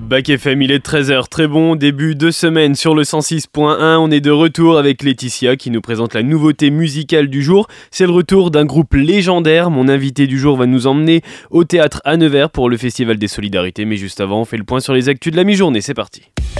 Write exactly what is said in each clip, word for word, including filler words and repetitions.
Bac F M, il est treize heures, très bon début de semaine sur le cent six point un. On est de retour avec Laetitia qui nous présente la nouveauté musicale du jour. C'est le retour d'un groupe légendaire. Mon invité du jour va nous emmener au théâtre à Nevers pour le Festival des Solidarités. Mais juste avant, on fait le point sur les actus de la mi-journée. C'est parti.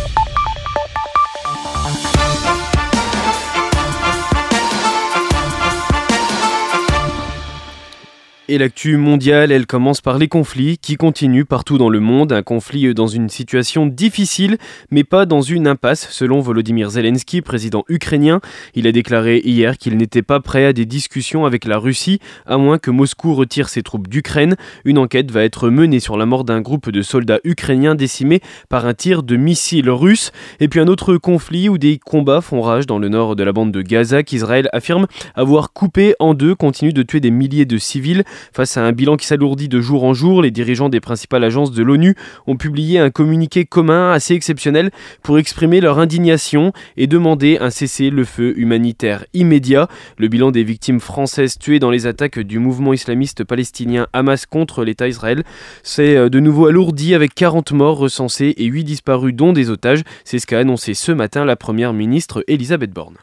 Et l'actu mondiale, elle commence par les conflits qui continuent partout dans le monde. Un conflit dans une situation difficile, mais pas dans une impasse, selon Volodymyr Zelensky, président ukrainien. Il a déclaré hier qu'il n'était pas prêt à des discussions avec la Russie, à moins que Moscou retire ses troupes d'Ukraine. Une enquête va être menée sur la mort d'un groupe de soldats ukrainiens décimés par un tir de missiles russes. Et puis un autre conflit où des combats font rage dans le nord de la bande de Gaza, qu'Israël affirme avoir coupé en deux, continue de tuer des milliers de civils. Face à un bilan qui s'alourdit de jour en jour, les dirigeants des principales agences de l'ONU ont publié un communiqué commun assez exceptionnel pour exprimer leur indignation et demander un cessez-le-feu humanitaire immédiat. Le bilan des victimes françaises tuées dans les attaques du mouvement islamiste palestinien Hamas contre l'État Israël s'est de nouveau alourdi avec quarante morts recensés et huit disparus dont des otages. C'est ce qu'a annoncé ce matin la première ministre Elisabeth Borne.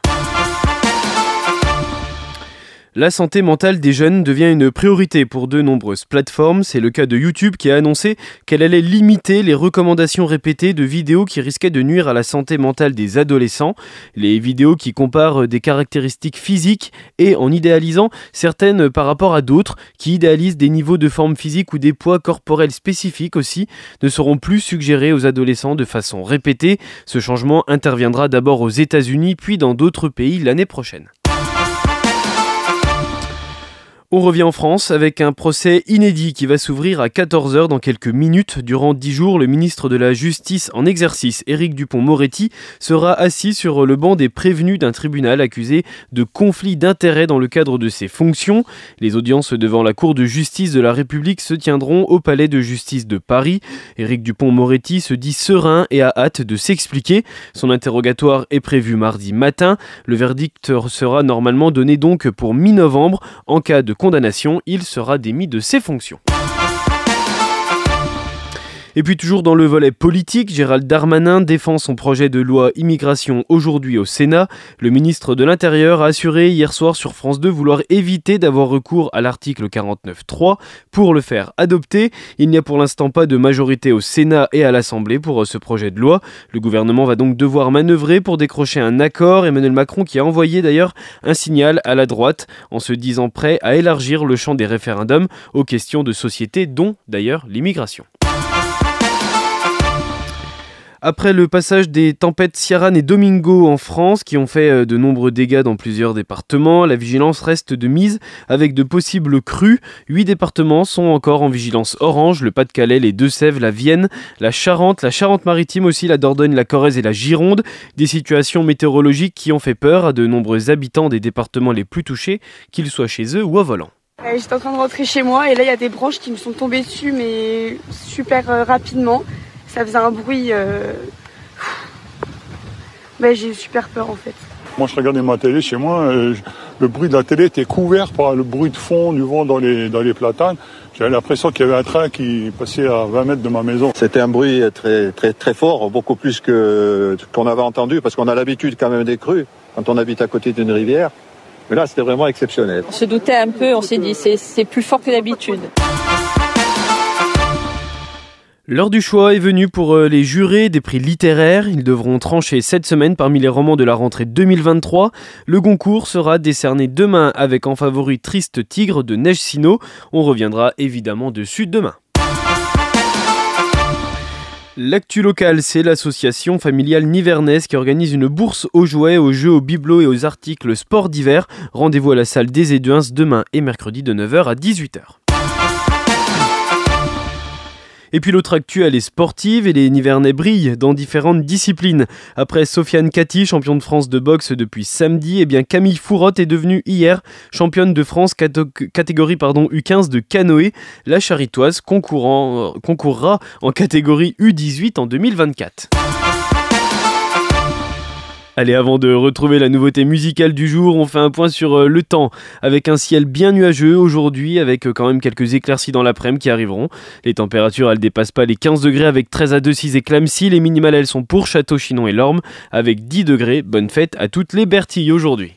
La santé mentale des jeunes devient une priorité pour de nombreuses plateformes. C'est le cas de YouTube qui a annoncé qu'elle allait limiter les recommandations répétées de vidéos qui risquaient de nuire à la santé mentale des adolescents. Les vidéos qui comparent des caractéristiques physiques et en idéalisant certaines par rapport à d'autres, qui idéalisent des niveaux de forme physique ou des poids corporels spécifiques aussi, ne seront plus suggérés aux adolescents de façon répétée. Ce changement interviendra d'abord aux États-Unis puis dans d'autres pays l'année prochaine. On revient en France avec un procès inédit qui va s'ouvrir à quatorze heures dans quelques minutes. Durant dix jours, le ministre de la Justice en exercice, Éric Dupond-Moretti, sera assis sur le banc des prévenus d'un tribunal accusé de conflit d'intérêts dans le cadre de ses fonctions. Les audiences devant la Cour de justice de la République se tiendront au Palais de justice de Paris. Éric Dupond-Moretti se dit serein et a hâte de s'expliquer. Son interrogatoire est prévu mardi matin. Le verdict sera normalement donné donc pour mi-novembre. En cas de condamnation, il sera démis de ses fonctions. Et puis toujours dans le volet politique, Gérald Darmanin défend son projet de loi immigration aujourd'hui au Sénat. Le ministre de l'Intérieur a assuré hier soir sur France deux vouloir éviter d'avoir recours à l'article quarante-neuf trois pour le faire adopter. Il n'y a pour l'instant pas de majorité au Sénat et à l'Assemblée pour ce projet de loi. Le gouvernement va donc devoir manœuvrer pour décrocher un accord. Emmanuel Macron qui a envoyé d'ailleurs un signal à la droite en se disant prêt à élargir le champ des référendums aux questions de société, dont d'ailleurs l'immigration. Après le passage des tempêtes Ciaran et Domingo en France, qui ont fait de nombreux dégâts dans plusieurs départements, la vigilance reste de mise avec de possibles crues. Huit départements sont encore en vigilance orange, le Pas-de-Calais, les Deux-Sèvres, la Vienne, la Charente, la Charente-Maritime aussi, la Dordogne, la Corrèze et la Gironde. Des situations météorologiques qui ont fait peur à de nombreux habitants des départements les plus touchés, qu'ils soient chez eux ou à volant. Euh, j'étais en train de rentrer chez moi et là il y a des branches qui me sont tombées dessus mais super euh, rapidement. Ça faisait un bruit, euh... ben, j'ai eu super peur en fait. Moi je regardais ma télé chez moi, euh, le bruit de la télé était couvert par le bruit de fond du vent dans les, dans les platanes. J'avais l'impression qu'il y avait un train qui passait à vingt mètres de ma maison. C'était un bruit très, très, très fort, beaucoup plus que qu'on avait entendu, parce qu'on a l'habitude quand même des crues, quand on habite à côté d'une rivière. Mais là c'était vraiment exceptionnel. On se doutait un peu, on s'est dit c'est, c'est plus fort que d'habitude. L'heure du choix est venue pour les jurés des prix littéraires. Ils devront trancher cette semaine parmi les romans de la rentrée deux mille vingt-trois. Le Goncourt sera décerné demain avec en favori Triste Tigre de Neige Sino. On reviendra évidemment dessus demain. L'actu locale, c'est l'association familiale nivernaise qui organise une bourse aux jouets, aux jeux, aux bibelots et aux articles sport d'hiver. Rendez-vous à la salle des Éduins demain et mercredi de neuf heures à dix-huit heures. Et puis l'autre actu, elle est sportive et les Nivernais brillent dans différentes disciplines. Après Sofiane Kati, champion de France de boxe depuis samedi, et bien Camille Fourotte est devenue hier championne de France cato- catégorie pardon, U quinze de canoë. La Charitoise concourant, concourra en catégorie U dix-huit en deux mille vingt-quatre. Allez, avant de retrouver la nouveauté musicale du jour, on fait un point sur le temps. Avec un ciel bien nuageux aujourd'hui, avec quand même quelques éclaircies dans l'après-midi qui arriveront. Les températures, elles dépassent pas les quinze degrés avec treize à Decize et Clamecy. Les minimales, elles sont pour Château-Chinon et Lorme avec dix degrés. Bonne fête à toutes les Bertilles aujourd'hui.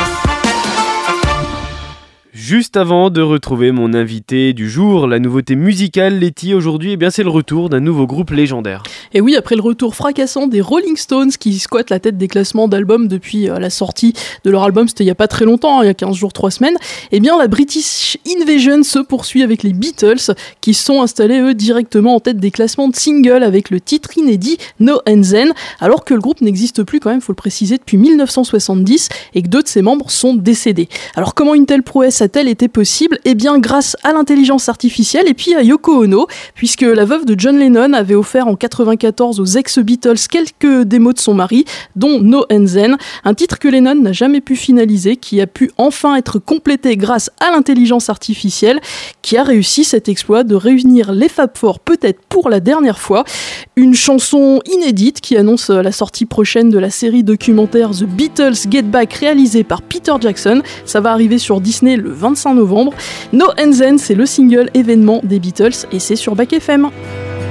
Juste avant de retrouver mon invité du jour, la nouveauté musicale, Letty, aujourd'hui, eh bien, c'est le retour d'un nouveau groupe légendaire. Et oui, après le retour fracassant des Rolling Stones qui squattent la tête des classements d'albums depuis euh, la sortie de leur album, c'était il y a pas très longtemps, hein, il y a quinze jours, trois semaines, eh bien la British Invasion se poursuit avec les Beatles qui sont installés eux directement en tête des classements de singles avec le titre inédit No and Then, alors que le groupe n'existe plus quand même, faut le préciser, depuis mille neuf cent soixante-dix et que deux de ses membres sont décédés. Alors comment une telle prouesse a-t-elle été possible ? Eh bien grâce à l'intelligence artificielle et puis à Yoko Ono, puisque la veuve de John Lennon avait offert en quatre-vingt-quatorze aux ex-Beatles quelques démos de son mari, dont No and Then, un titre que Lennon n'a jamais pu finaliser, qui a pu enfin être complété grâce à l'intelligence artificielle, qui a réussi cet exploit de réunir les Fab Four peut-être pour la dernière fois. Une chanson inédite qui annonce la sortie prochaine de la série documentaire The Beatles Get Back réalisée par Peter Jackson. Ça va arriver sur Disney le vingt-cinq novembre. No and Then, c'est le single événement des Beatles et c'est sur Back F M.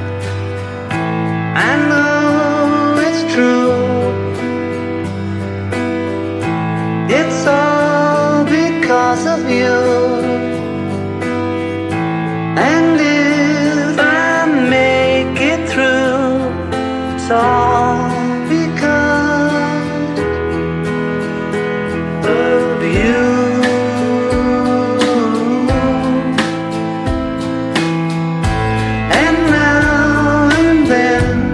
I know it's true. It's all because of you. And if I make it through, it's all because of you. And now and then,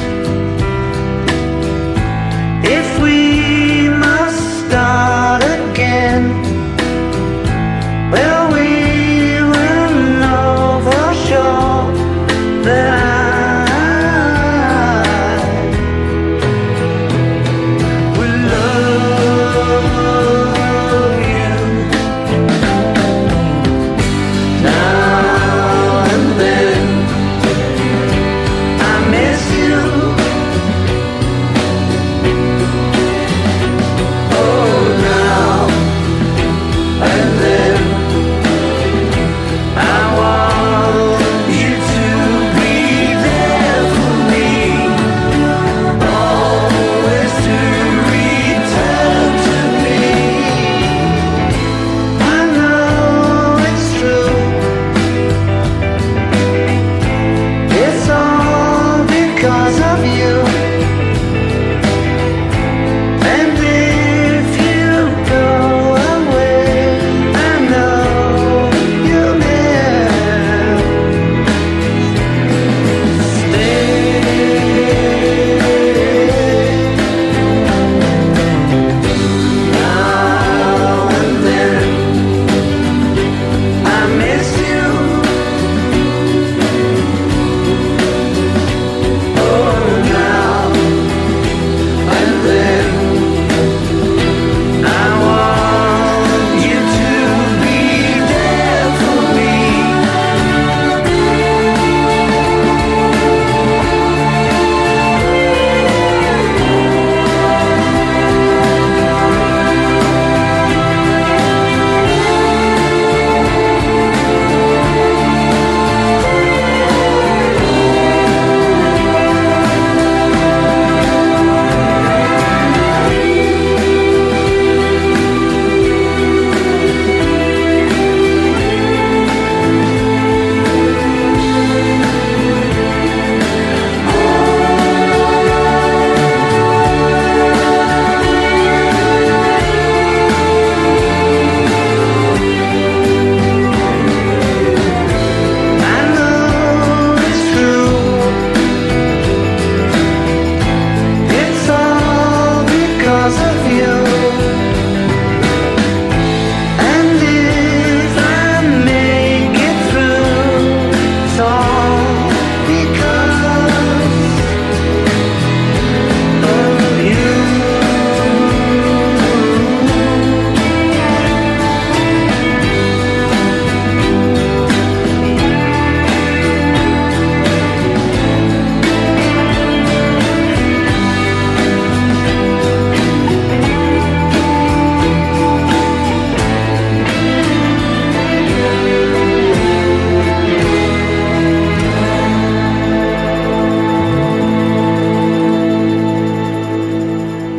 if we must start again, well, we will know for sure that I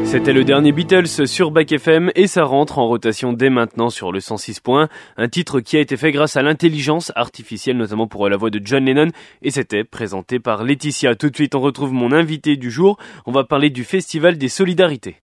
C'était le dernier Beatles sur Back F M et ça rentre en rotation dès maintenant sur le cent six point un. Un titre qui a été fait grâce à l'intelligence artificielle, notamment pour la voix de John Lennon, et c'était présenté par Laetitia. Tout de suite, on retrouve mon invité du jour. On va parler du Festival des Solidarités.